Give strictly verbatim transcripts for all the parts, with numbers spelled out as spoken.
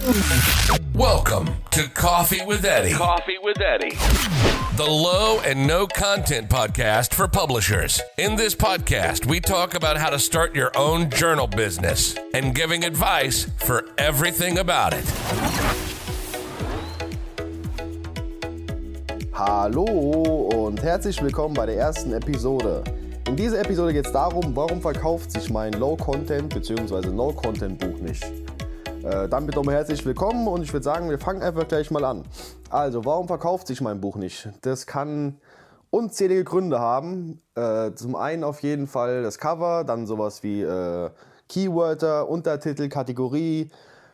Welcome to Coffee with Eddie. Coffee with Eddie. The low and no content podcast for publishers. In this podcast, we talk about how to start your own journal business and giving advice for everything about it. Hallo und herzlich willkommen bei der ersten Episode. In dieser Episode geht es darum, warum verkauft sich mein Low-Content bzw. No-Content-Buch nicht. Äh, damit nochmal herzlich willkommen und ich würde sagen, wir fangen einfach gleich mal an. Also, warum verkauft sich mein Buch nicht? Das kann unzählige Gründe haben. Äh, zum einen auf jeden Fall das Cover, dann sowas wie äh, Keywörter, Untertitel, Kategorie,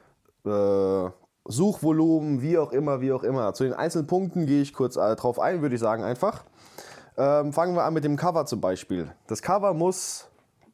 äh, Suchvolumen, wie auch immer, wie auch immer. Zu den einzelnen Punkten gehe ich kurz äh, drauf ein, würde ich sagen einfach. Ähm, fangen wir an mit dem Cover zum Beispiel. Das Cover muss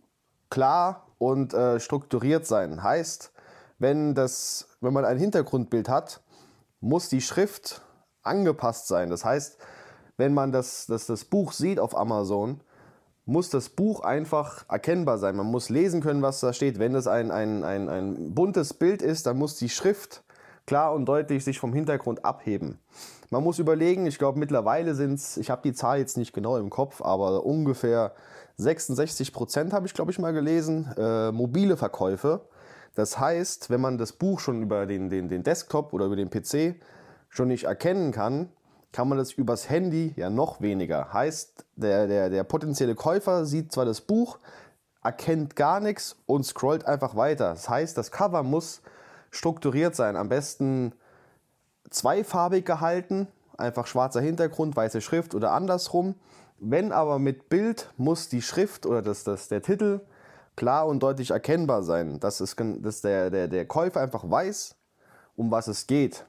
klar und äh, strukturiert sein. Heißt, wenn, das, wenn man ein Hintergrundbild hat, muss die Schrift angepasst sein. Das heißt, wenn man das, das, das Buch sieht auf Amazon, muss das Buch einfach erkennbar sein. Man muss lesen können, was da steht. Wenn das ein, ein, ein, ein buntes Bild ist, dann muss die Schrift klar und deutlich sich vom Hintergrund abheben. Man muss überlegen, ich glaube mittlerweile sind es, ich habe die Zahl jetzt nicht genau im Kopf, aber ungefähr sechsundsechzig Prozent habe ich glaube ich mal gelesen, äh, mobile Verkäufe. Das heißt, wenn man das Buch schon über den, den, den Desktop oder über den P C schon nicht erkennen kann, kann man das übers Handy ja noch weniger. Heißt, der, der, der potenzielle Käufer sieht zwar das Buch, erkennt gar nichts und scrollt einfach weiter. Das heißt, das Cover muss strukturiert sein, am besten zweifarbig gehalten, einfach schwarzer Hintergrund, weiße Schrift oder andersrum. Wenn aber mit Bild, muss die Schrift oder das, das, der Titel klar und deutlich erkennbar sein, dass, es, dass der, der, der Käufer einfach weiß, um was es geht.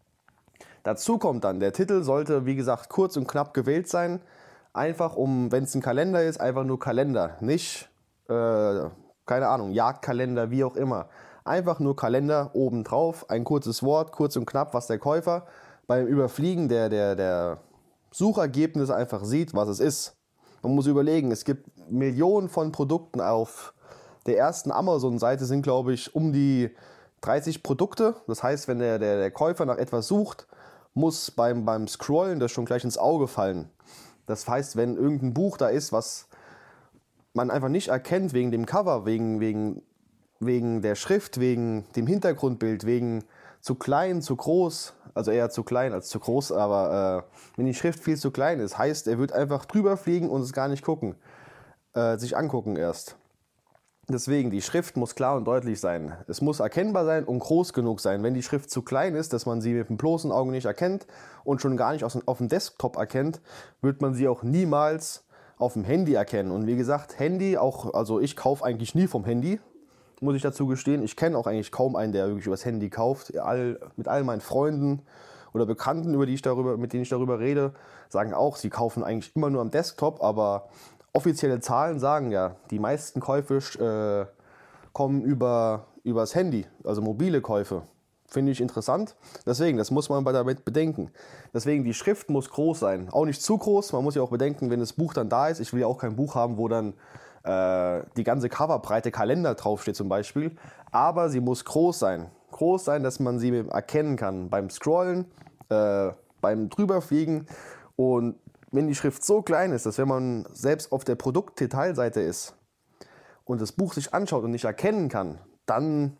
Dazu kommt dann, der Titel sollte, wie gesagt, kurz und knapp gewählt sein. Einfach um, wenn es ein Kalender ist, einfach nur Kalender. Nicht, äh, keine Ahnung, Jagdkalender, wie auch immer. Einfach nur Kalender obendrauf, ein kurzes Wort, kurz und knapp, was der Käufer beim Überfliegen der, der, der Suchergebnisse einfach sieht, was es ist. Man muss überlegen, es gibt Millionen von Produkten auf der ersten Amazon-Seite, sind glaube ich um die dreißig Produkte. Das heißt, wenn der, der, der Käufer nach etwas sucht, muss beim, beim Scrollen das schon gleich ins Auge fallen. Das heißt, wenn irgendein Buch da ist, was man einfach nicht erkennt wegen dem Cover, wegen, wegen, wegen der Schrift, wegen dem Hintergrundbild, wegen zu klein, zu groß, also eher zu klein als zu groß, aber äh, wenn die Schrift viel zu klein ist, heißt, er wird einfach drüber fliegen und es gar nicht gucken, äh, sich angucken erst. Deswegen, die Schrift muss klar und deutlich sein. Es muss erkennbar sein und groß genug sein. Wenn die Schrift zu klein ist, dass man sie mit dem bloßen Auge nicht erkennt und schon gar nicht auf dem Desktop erkennt, wird man sie auch niemals auf dem Handy erkennen. Und wie gesagt, Handy, auch, also ich kaufe eigentlich nie vom Handy, muss ich dazu gestehen. Ich kenne auch eigentlich kaum einen, der wirklich übers Handy kauft. All, mit all meinen Freunden oder Bekannten, über die ich darüber, mit denen ich darüber rede, sagen auch, sie kaufen eigentlich immer nur am Desktop, aber offizielle Zahlen sagen ja, die meisten Käufe äh, kommen über übers Handy, also mobile Käufe. Finde ich interessant. Deswegen, das muss man damit bedenken. Deswegen, die Schrift muss groß sein. Auch nicht zu groß. Man muss ja auch bedenken, wenn das Buch dann da ist. Ich will ja auch kein Buch haben, wo dann äh, die ganze Coverbreite Kalender draufsteht zum Beispiel. Aber sie muss groß sein. Groß sein, dass man sie erkennen kann beim Scrollen, äh, beim Drüberfliegen. Und wenn die Schrift so klein ist, dass wenn man selbst auf der Produktdetailseite ist und das Buch sich anschaut und nicht erkennen kann, dann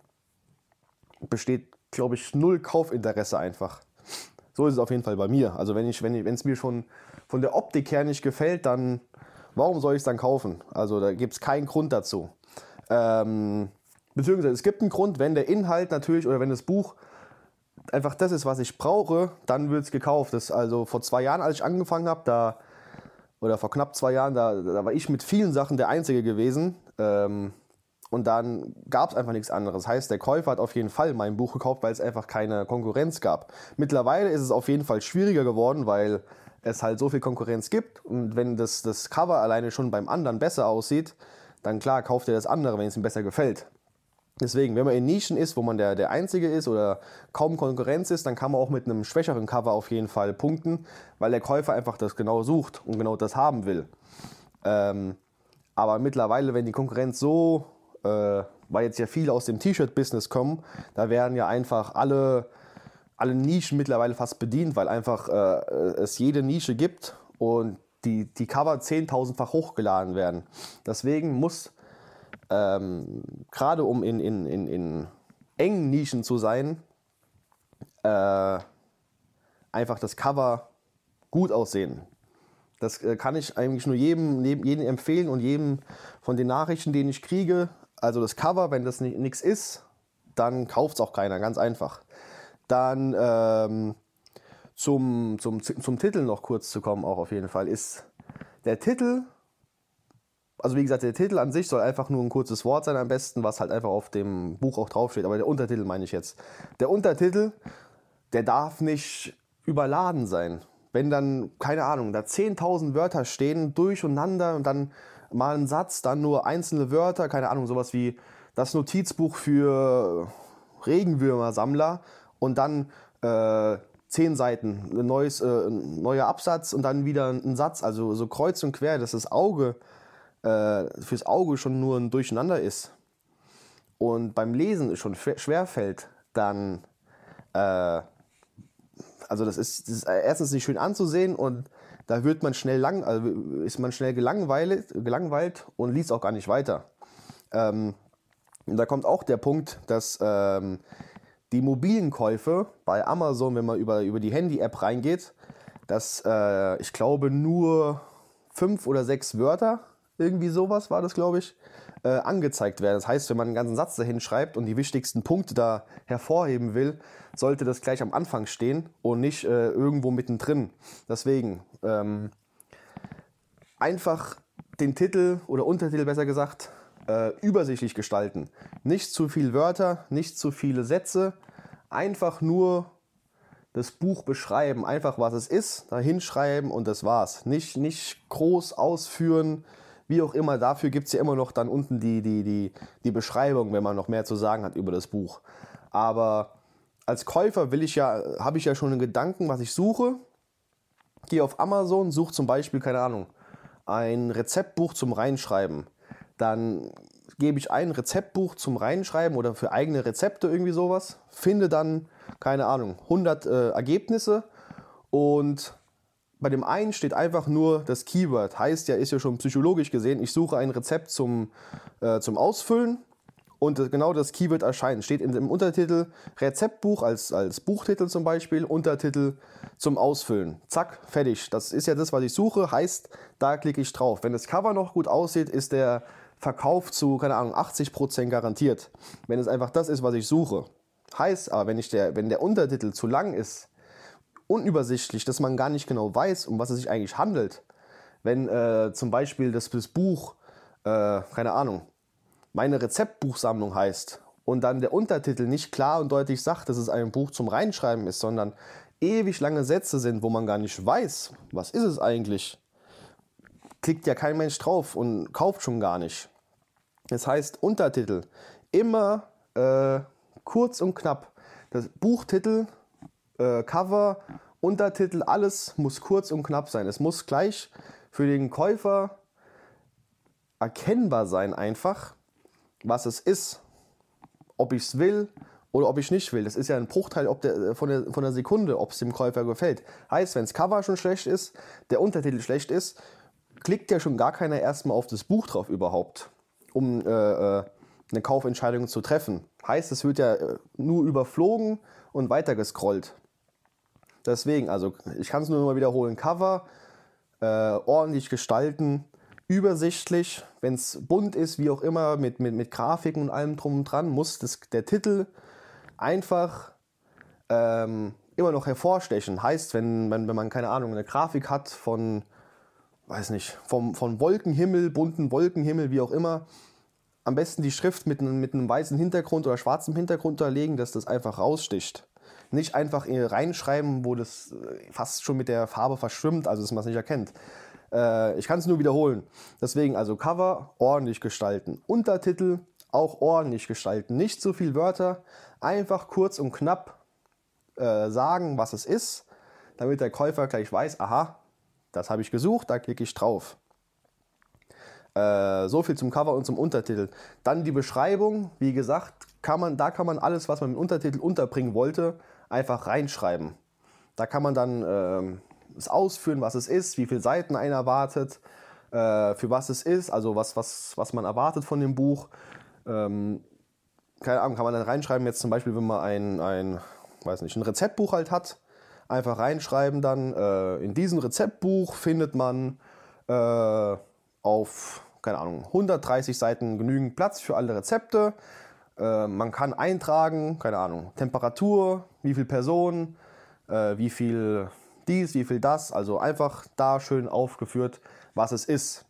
besteht, glaube ich, null Kaufinteresse einfach. So ist es auf jeden Fall bei mir. Also wenn ich, wenn ich, wenn es mir schon von der Optik her nicht gefällt, dann warum soll ich es dann kaufen? Also da gibt es keinen Grund dazu. Ähm, beziehungsweise es gibt einen Grund, wenn der Inhalt natürlich oder wenn das Buch einfach das ist, was ich brauche, dann wird es gekauft. Das also vor zwei Jahren, als ich angefangen habe, da oder vor knapp zwei Jahren, da, da war ich mit vielen Sachen der Einzige gewesen. Ähm, und dann gab es einfach nichts anderes. Das heißt, der Käufer hat auf jeden Fall mein Buch gekauft, weil es einfach keine Konkurrenz gab. Mittlerweile ist es auf jeden Fall schwieriger geworden, weil es halt so viel Konkurrenz gibt. Und wenn das, das Cover alleine schon beim anderen besser aussieht, dann klar kauft er das andere, wenn es ihm besser gefällt. Deswegen, wenn man in Nischen ist, wo man der, der Einzige ist oder kaum Konkurrenz ist, dann kann man auch mit einem schwächeren Cover auf jeden Fall punkten, weil der Käufer einfach das genau sucht und genau das haben will. Ähm, aber mittlerweile, wenn die Konkurrenz so äh, weil jetzt ja viele aus dem T-Shirt-Business kommen, da werden ja einfach alle, alle Nischen mittlerweile fast bedient, weil einfach äh, es jede Nische gibt und die, die Cover zehntausendfach hochgeladen werden. Deswegen muss, ähm, gerade um in, in, in, in engen Nischen zu sein, äh, einfach das Cover gut aussehen. Das äh, kann ich eigentlich nur jedem, jedem empfehlen und jedem von den Nachrichten, die ich kriege. Also das Cover, wenn das nichts ist, dann kauft es auch keiner, ganz einfach. Dann ähm, zum, zum, zum Titel noch kurz zu kommen, auch auf jeden Fall, ist der Titel, also wie gesagt, der Titel an sich soll einfach nur ein kurzes Wort sein am besten, was halt einfach auf dem Buch auch draufsteht, aber der Untertitel meine ich jetzt. Der Untertitel, der darf nicht überladen sein. Wenn dann, keine Ahnung, da zehntausend Wörter stehen, durcheinander und dann mal ein Satz, dann nur einzelne Wörter, keine Ahnung, sowas wie das Notizbuch für Regenwürmer-Sammler und dann äh, zehn Seiten, ein neues, äh, ein neuer Absatz und dann wieder ein Satz, also so kreuz und quer, dass das Auge, äh, fürs Auge schon nur ein Durcheinander ist und beim Lesen es schon schwer fällt, dann äh, Also das ist, das ist erstens nicht schön anzusehen und da wird man schnell lang, also ist man schnell gelangweilt, gelangweilt und liest auch gar nicht weiter. Ähm, und da kommt auch der Punkt, dass ähm, die mobilen Käufe bei Amazon, wenn man über, über die Handy-App reingeht, dass äh, ich glaube nur fünf oder sechs Wörter, irgendwie sowas war das, glaube ich, äh, angezeigt werden. Das heißt, wenn man einen ganzen Satz dahin schreibt und die wichtigsten Punkte da hervorheben will, sollte das gleich am Anfang stehen und nicht äh, irgendwo mittendrin. Deswegen ähm, einfach den Titel oder Untertitel besser gesagt äh, übersichtlich gestalten. Nicht zu viele Wörter, nicht zu viele Sätze, einfach nur das Buch beschreiben, einfach was es ist, da hinschreiben und das war's. Nicht, nicht groß ausführen, wie auch immer. Dafür gibt es ja immer noch dann unten die, die, die, die Beschreibung, wenn man noch mehr zu sagen hat über das Buch. Aber als Käufer will ich ja, habe ich ja schon einen Gedanken, was ich suche. Gehe auf Amazon, suche zum Beispiel, keine Ahnung, ein Rezeptbuch zum Reinschreiben. Dann gebe ich ein Rezeptbuch zum Reinschreiben oder für eigene Rezepte irgendwie sowas. Finde dann, keine Ahnung, hundert äh, Ergebnisse und bei dem einen steht einfach nur das Keyword. Heißt ja, ist ja schon psychologisch gesehen, ich suche ein Rezept zum, äh, zum Ausfüllen und genau das Keyword erscheint. Steht in dem Untertitel Rezeptbuch als, als Buchtitel zum Beispiel, Untertitel zum Ausfüllen. Zack, fertig. Das ist ja das, was ich suche. Heißt, da klicke ich drauf. Wenn das Cover noch gut aussieht, ist der Verkauf zu, keine Ahnung, achtzig Prozent garantiert. Wenn es einfach das ist, was ich suche. Heißt aber, wenn, ich der, wenn der Untertitel zu lang ist, unübersichtlich, dass man gar nicht genau weiß, um was es sich eigentlich handelt. Wenn äh, zum Beispiel das, das Buch, äh, keine Ahnung, meine Rezeptbuchsammlung heißt und dann der Untertitel nicht klar und deutlich sagt, dass es ein Buch zum Reinschreiben ist, sondern ewig lange Sätze sind, wo man gar nicht weiß, was ist es eigentlich, klickt ja kein Mensch drauf und kauft schon gar nicht. Das heißt, Untertitel immer äh, kurz und knapp. Das Buchtitel, äh, Cover, Untertitel, alles muss kurz und knapp sein. Es muss gleich für den Käufer erkennbar sein einfach, was es ist, ob ich es will oder ob ich nicht will. Das ist ja ein Bruchteil ob der, von, der, von der Sekunde, ob es dem Käufer gefällt. Heißt, wenn das Cover schon schlecht ist, der Untertitel schlecht ist, klickt ja schon gar keiner erstmal auf das Buch drauf überhaupt, um äh, eine Kaufentscheidung zu treffen. Heißt, es wird ja nur überflogen und weitergescrollt. Deswegen, also ich kann es nur mal wiederholen, Cover äh, ordentlich gestalten, übersichtlich, wenn es bunt ist, wie auch immer, mit, mit, mit Grafiken und allem drum und dran, muss das, der Titel einfach ähm, immer noch hervorstechen. Heißt, wenn, wenn, wenn man, keine Ahnung, eine Grafik hat von, weiß nicht, vom, von Wolkenhimmel, bunten Wolkenhimmel, wie auch immer, am besten die Schrift mit, mit einem weißen Hintergrund oder schwarzem Hintergrund unterlegen, dass das einfach raussticht. Nicht einfach reinschreiben, wo das fast schon mit der Farbe verschwimmt, also dass man es nicht erkennt. Äh, ich kann es nur wiederholen. Deswegen also Cover ordentlich gestalten. Untertitel auch ordentlich gestalten. Nicht zu viel Wörter, einfach kurz und knapp äh, sagen, was es ist, damit der Käufer gleich weiß, aha, das habe ich gesucht, da klicke ich drauf. Äh, so viel zum Cover und zum Untertitel. Dann die Beschreibung, wie gesagt, kann man, da kann man alles, was man im Untertitel unterbringen wollte, einfach reinschreiben. Da kann man dann äh, es ausführen, was es ist, wie viele Seiten einer erwartet, äh, für was es ist, also was, was, was man erwartet von dem Buch. Ähm, keine Ahnung, kann man dann reinschreiben, jetzt zum Beispiel, wenn man ein, ein, weiß nicht, ein Rezeptbuch halt hat, einfach reinschreiben dann, äh, in diesem Rezeptbuch findet man äh, auf, keine Ahnung, hundertdreißig Seiten genügend Platz für alle Rezepte. Äh, man kann eintragen, keine Ahnung, Temperatur, wie viel Personen, äh, wie viel dies, wie viel das. Also einfach da schön aufgeführt, was es ist.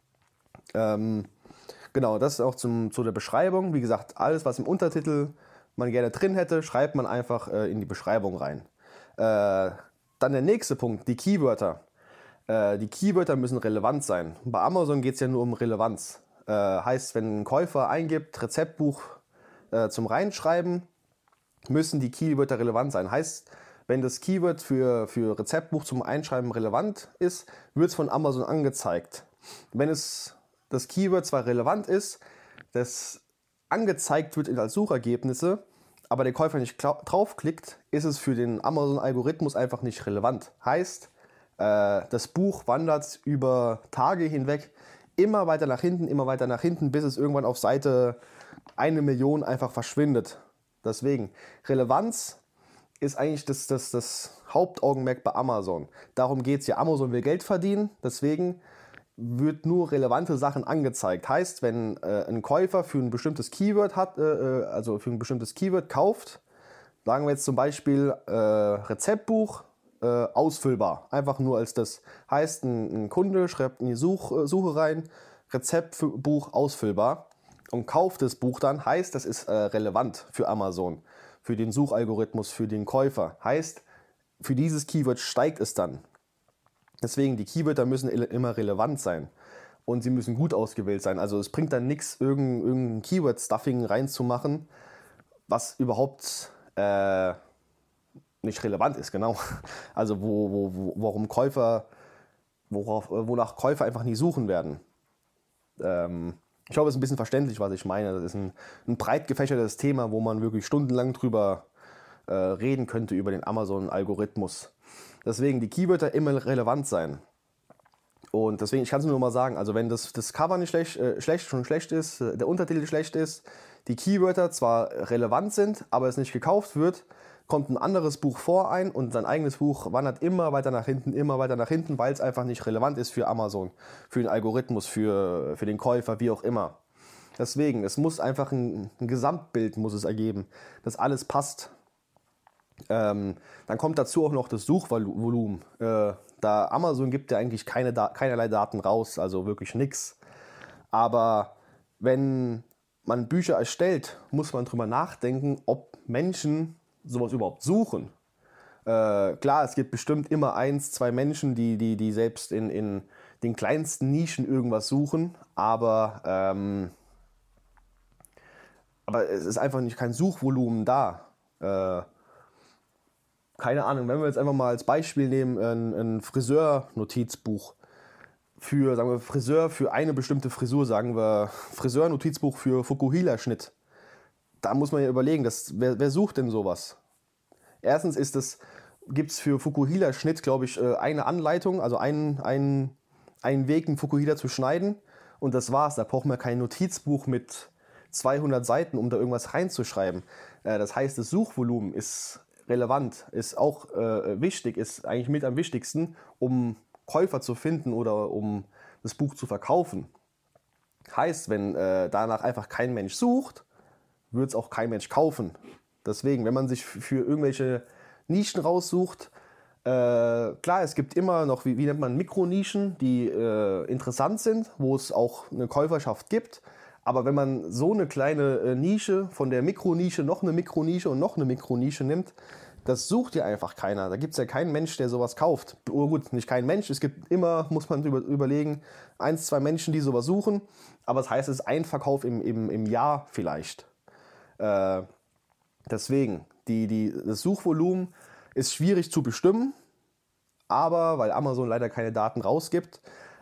Ähm, genau, das ist auch zum, zu der Beschreibung. Wie gesagt, alles, was im Untertitel man gerne drin hätte, schreibt man einfach äh, in die Beschreibung rein. Äh, dann der nächste Punkt, die Keywörter. Die Keywörter müssen relevant sein. Bei Amazon geht es ja nur um Relevanz. Äh, heißt, wenn ein Käufer eingibt, Rezeptbuch äh, zum Reinschreiben, müssen die Keywörter relevant sein. Heißt, wenn das Keyword für, für Rezeptbuch zum Einschreiben relevant ist, wird es von Amazon angezeigt. Wenn es, das Keyword zwar relevant ist, das angezeigt wird als Suchergebnisse, aber der Käufer nicht draufklickt, ist es für den Amazon-Algorithmus einfach nicht relevant. Heißt, das Buch wandert über Tage hinweg immer weiter nach hinten, immer weiter nach hinten, bis es irgendwann auf Seite eine Million einfach verschwindet. Deswegen, Relevanz ist eigentlich das, das, das Hauptaugenmerk bei Amazon. Darum geht es ja. Amazon will Geld verdienen, deswegen wird nur relevante Sachen angezeigt. Heißt, wenn äh, ein Käufer für ein bestimmtes Keyword hat, äh, also für ein bestimmtes Keyword kauft, sagen wir jetzt zum Beispiel äh, Rezeptbuch, Äh, ausfüllbar, einfach nur als das. Heißt, ein, ein Kunde schreibt in die Such, äh, Suche rein, Rezeptbuch ausfüllbar und kauft das Buch dann, heißt, das ist äh, relevant für Amazon, für den Suchalgorithmus, für den Käufer. Heißt, für dieses Keyword steigt es dann. Deswegen, die Keywörter müssen immer relevant sein und sie müssen gut ausgewählt sein. Also es bringt dann nichts, irgendein, irgendein Keyword-Stuffing reinzumachen, was überhaupt äh, nicht relevant ist, genau. Also wo, wo, wo, warum Käufer, worauf, wonach Käufer einfach nie suchen werden. Ähm, ich hoffe, es ist ein bisschen verständlich, was ich meine. Das ist ein, ein breit gefächertes Thema, wo man wirklich stundenlang drüber äh, reden könnte, über den Amazon-Algorithmus. Deswegen die Keywörter immer relevant sein. Und deswegen, ich kann es nur mal sagen, also wenn das, das Cover nicht schlecht, äh, schlecht, schon schlecht ist, der Untertitel schlecht ist, die Keywörter zwar relevant sind, aber es nicht gekauft wird, kommt ein anderes Buch vor ein und sein eigenes Buch wandert immer weiter nach hinten, immer weiter nach hinten, weil es einfach nicht relevant ist für Amazon, für den Algorithmus, für, für den Käufer, wie auch immer. Deswegen, es muss einfach ein, ein Gesamtbild muss es ergeben, dass alles passt. Ähm, dann kommt dazu auch noch das Suchvolumen. Äh, da Amazon gibt ja eigentlich keine da- keinerlei Daten raus, also wirklich nichts. Aber wenn man Bücher erstellt, muss man drüber nachdenken, ob Menschen sowas überhaupt suchen. Äh, klar, es gibt bestimmt immer eins, zwei Menschen, die, die, die selbst in, in den kleinsten Nischen irgendwas suchen, aber, ähm, aber es ist einfach nicht kein Suchvolumen da. Äh, keine Ahnung, wenn wir jetzt einfach mal als Beispiel nehmen, ein, ein Friseur-Notizbuch für, sagen wir, Friseur für eine bestimmte Frisur, sagen wir Friseur-Notizbuch für Fukuhila-Schnitt. Da muss man ja überlegen, dass, wer, wer sucht denn sowas? Erstens ist es, gibt es für Fukuhila-Schnitt, glaube ich, eine Anleitung, also einen, einen, einen Weg, einen Fukuhila zu schneiden. Und das war's. Da braucht man kein Notizbuch mit zweihundert Seiten, um da irgendwas reinzuschreiben. Das heißt, das Suchvolumen ist relevant, ist auch äh, wichtig, ist eigentlich mit am wichtigsten, um Käufer zu finden oder um das Buch zu verkaufen. Heißt, wenn äh, danach einfach kein Mensch sucht, wird es auch kein Mensch kaufen. Deswegen, wenn man sich für irgendwelche Nischen raussucht, äh, klar, es gibt immer noch, wie, wie nennt man, Mikronischen, die äh, interessant sind, wo es auch eine Käuferschaft gibt. Aber wenn man so eine kleine äh, Nische, von der Mikronische noch eine Mikronische und noch eine Mikronische nimmt, das sucht ja einfach keiner. Da gibt es ja keinen Mensch, der sowas kauft. Oh gut, nicht kein Mensch, es gibt immer, muss man über, überlegen, eins, zwei Menschen, die sowas suchen. Aber das heißt, es ist ein Verkauf im, im, im Jahr vielleicht. Äh, deswegen, die, die, das Suchvolumen ist schwierig zu bestimmen, aber weil Amazon leider keine Daten rausgibt.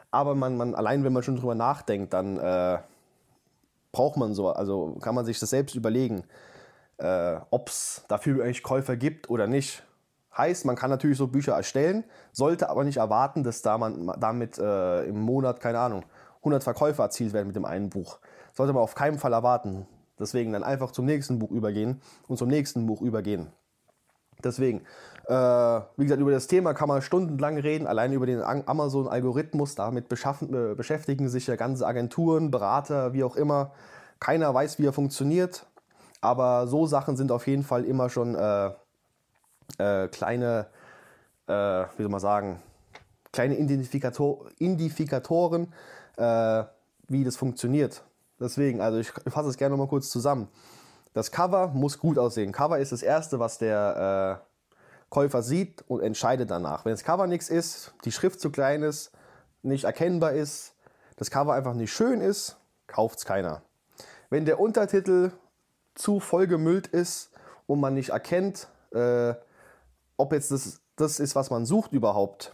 Aber man, man, allein wenn man schon drüber nachdenkt, dann äh, braucht man so, also kann man sich das selbst überlegen, äh, ob es dafür eigentlich Käufer gibt oder nicht. Heißt, man kann natürlich so Bücher erstellen, sollte aber nicht erwarten, dass da man damit äh, im Monat, keine Ahnung, hundert Verkäufe erzielt werden mit dem einen Buch. Sollte man auf keinen Fall erwarten. Deswegen dann einfach zum nächsten Buch übergehen und zum nächsten Buch übergehen. Deswegen, äh, wie gesagt, über das Thema kann man stundenlang reden, allein über den Amazon-Algorithmus. Damit beschaffen, äh, beschäftigen sich ja ganze Agenturen, Berater, wie auch immer. Keiner weiß, wie er funktioniert, aber so Sachen sind auf jeden Fall immer schon äh, äh, kleine, äh, wie soll man sagen, kleine Identifikator, Identifikatoren, äh, wie das funktioniert. Deswegen, also ich fasse es gerne noch mal kurz zusammen. Das Cover muss gut aussehen. Cover ist das Erste, was der äh, Käufer sieht und entscheidet danach. Wenn das Cover nichts ist, die Schrift zu klein ist, nicht erkennbar ist, das Cover einfach nicht schön ist, kauft es keiner. Wenn der Untertitel zu vollgemüllt ist und man nicht erkennt, äh, ob jetzt das, das ist, was man sucht überhaupt,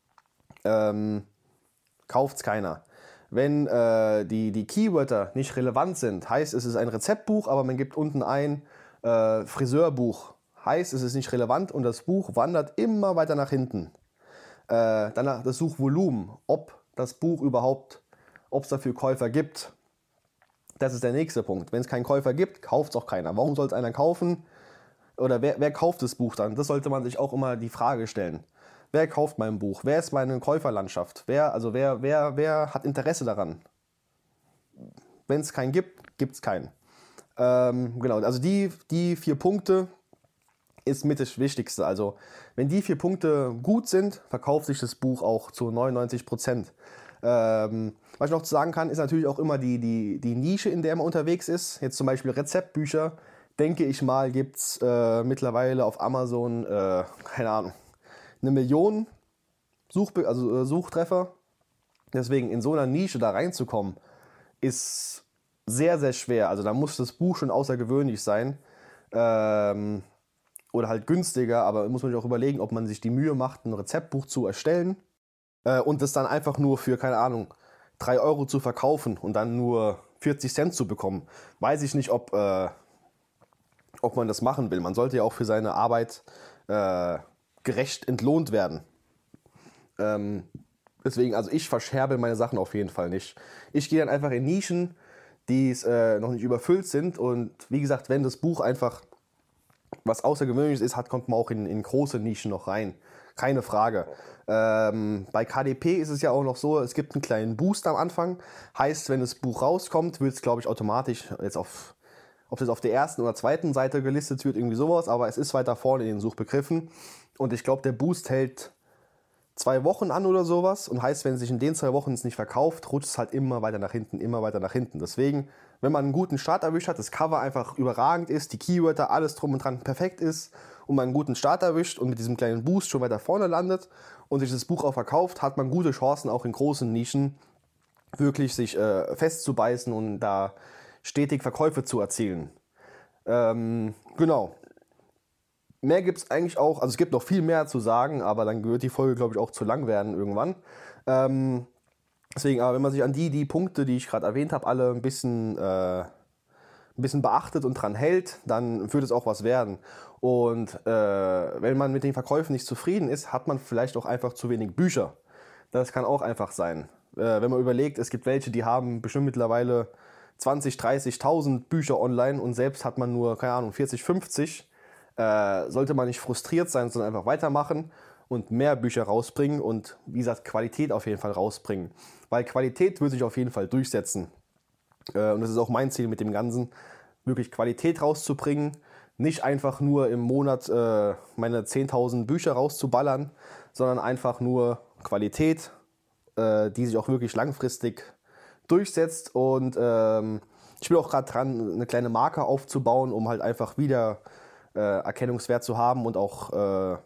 ähm, kauft es keiner. Wenn äh, die, die Keywörter nicht relevant sind, heißt es ist ein Rezeptbuch, aber man gibt unten ein äh, Friseurbuch, heißt es ist nicht relevant und das Buch wandert immer weiter nach hinten. Äh, danach das Suchvolumen, ob das Buch überhaupt, ob es dafür Käufer gibt, das ist der nächste Punkt. Wenn es keinen Käufer gibt, kauft es auch keiner. Warum soll es einer kaufen? Oder wer, wer kauft das Buch dann? Das sollte man sich auch immer die Frage stellen. Wer kauft mein Buch? Wer ist meine Käuferlandschaft? Wer, also wer, wer, wer hat Interesse daran? Wenn es keinen gibt, gibt es keinen. Ähm, genau, also die, die vier Punkte ist mit das Wichtigste. Also wenn die vier Punkte gut sind, verkauft sich das Buch auch zu neunundneunzig Prozent. Ähm, was ich noch sagen kann, ist natürlich auch immer die, die, die Nische, in der man unterwegs ist. Jetzt zum Beispiel Rezeptbücher, denke ich mal, gibt es äh, mittlerweile auf Amazon, äh, keine Ahnung, eine Million Suchbe- also, äh, Suchtreffer. Deswegen in so einer Nische da reinzukommen, ist sehr, sehr schwer. Also da muss das Buch schon außergewöhnlich sein. Ähm, oder halt günstiger, aber muss man sich auch überlegen, ob man sich die Mühe macht, ein Rezeptbuch zu erstellen äh, und das dann einfach nur für, keine Ahnung, drei Euro zu verkaufen und dann nur vierzig Cent zu bekommen. Weiß ich nicht, ob, äh, ob man das machen will. Man sollte ja auch für seine Arbeit äh, gerecht entlohnt werden. Ähm, deswegen, also ich verscherbel meine Sachen auf jeden Fall nicht. Ich gehe dann einfach in Nischen, die äh, noch nicht überfüllt sind und wie gesagt, wenn das Buch einfach was Außergewöhnliches ist, hat, kommt man auch in, in große Nischen noch rein. Keine Frage. Ähm, bei K D P ist es ja auch noch so, es gibt einen kleinen Boost am Anfang. Heißt, wenn das Buch rauskommt, wird es, glaube ich, automatisch jetzt auf, ob es auf der ersten oder zweiten Seite gelistet wird, irgendwie sowas, aber es ist weiter vorne in den Suchbegriffen. Und ich glaube, der Boost hält zwei Wochen an oder sowas und heißt, wenn sich in den zwei Wochen es nicht verkauft, rutscht es halt immer weiter nach hinten, immer weiter nach hinten. Deswegen, wenn man einen guten Start erwischt hat, das Cover einfach überragend ist, die Keywörter, alles drum und dran perfekt ist und man einen guten Start erwischt und mit diesem kleinen Boost schon weiter vorne landet und sich das Buch auch verkauft, hat man gute Chancen, auch in großen Nischen wirklich sich äh, festzubeißen und da stetig Verkäufe zu erzielen. Ähm, genau. Mehr gibt es eigentlich auch, also es gibt noch viel mehr zu sagen, aber dann wird die Folge, glaube ich, auch zu lang werden irgendwann. Ähm, deswegen, aber wenn man sich an die, die Punkte, die ich gerade erwähnt habe, alle ein bisschen, äh, ein bisschen beachtet und dran hält, dann wird es auch was werden. Und äh, wenn man mit den Verkäufen nicht zufrieden ist, hat man vielleicht auch einfach zu wenig Bücher. Das kann auch einfach sein. Äh, wenn man überlegt, es gibt welche, die haben bestimmt mittlerweile zwanzig, dreißigtausend Bücher online und selbst hat man nur, keine Ahnung, vierzig, fünfzig. Äh, sollte man nicht frustriert sein, sondern einfach weitermachen und mehr Bücher rausbringen und wie gesagt Qualität auf jeden Fall rausbringen. Weil Qualität wird sich auf jeden Fall durchsetzen. Äh, und das ist auch mein Ziel mit dem Ganzen, wirklich Qualität rauszubringen. Nicht einfach nur im Monat äh, meine zehntausend Bücher rauszuballern, sondern einfach nur Qualität, äh, die sich auch wirklich langfristig durchsetzt. Und ähm, ich bin auch gerade dran, eine kleine Marke aufzubauen, um halt einfach wieder Äh, Erkennungswert zu haben und auch äh,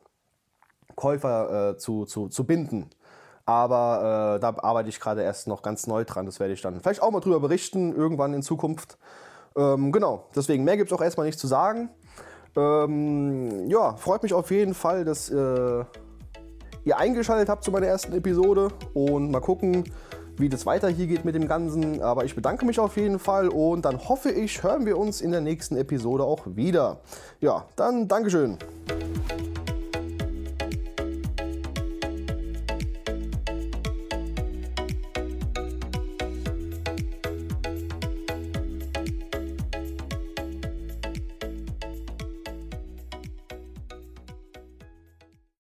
Käufer äh, zu, zu, zu binden. Aber äh, da arbeite ich gerade erst noch ganz neu dran. Das werde ich dann vielleicht auch mal drüber berichten, irgendwann in Zukunft. Ähm, genau, deswegen mehr gibt es auch erstmal nicht zu sagen. Ähm, ja, freut mich auf jeden Fall, dass äh, ihr eingeschaltet habt zu meiner ersten Episode und mal gucken, wie das weiter hier geht mit dem Ganzen. Aber ich bedanke mich auf jeden Fall und dann hoffe ich, hören wir uns in der nächsten Episode auch wieder. Ja, dann Dankeschön.